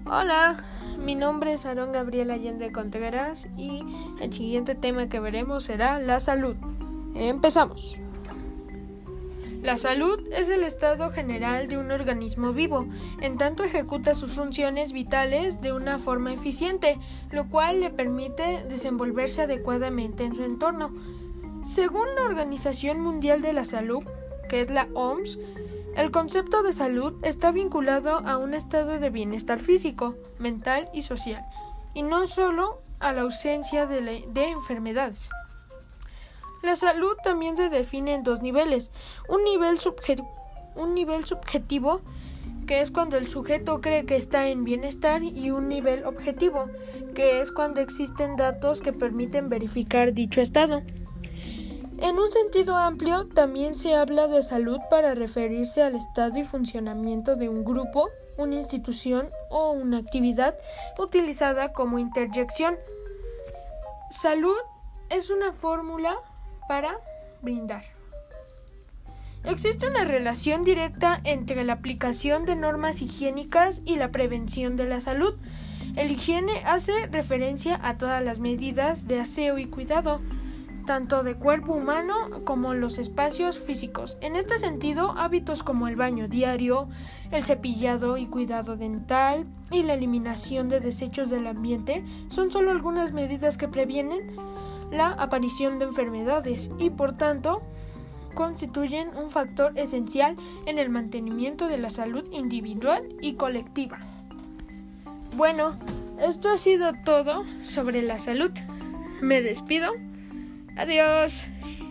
Hola, mi nombre es Aarón Gabriel Allende Contreras y el siguiente tema que veremos será la salud. Empezamos. La salud es el estado general de un organismo vivo, en tanto ejecuta sus funciones vitales de una forma eficiente, lo cual le permite desenvolverse adecuadamente en su entorno. Según la Organización Mundial de la Salud, que es la OMS, el concepto de salud está vinculado a un estado de bienestar físico, mental y social, y no solo a la ausencia de enfermedades. La salud también se define en dos niveles: un nivel subjetivo, que es cuando el sujeto cree que está en bienestar, y un nivel objetivo, que es cuando existen datos que permiten verificar dicho estado. En un sentido amplio, también se habla de salud para referirse al estado y funcionamiento de un grupo, una institución o una actividad utilizada como interjección. Salud es una fórmula para brindar. Existe una relación directa entre la aplicación de normas higiénicas y la prevención de la salud. El higiene hace referencia a todas las medidas de aseo y cuidado, tanto de cuerpo humano como los espacios físicos. En este sentido, hábitos como el baño diario, el cepillado y cuidado dental y la eliminación de desechos del ambiente son solo algunas medidas que previenen la aparición de enfermedades y, por tanto, constituyen un factor esencial en el mantenimiento de la salud individual y colectiva. Bueno, esto ha sido todo sobre la salud. Me despido. Adiós.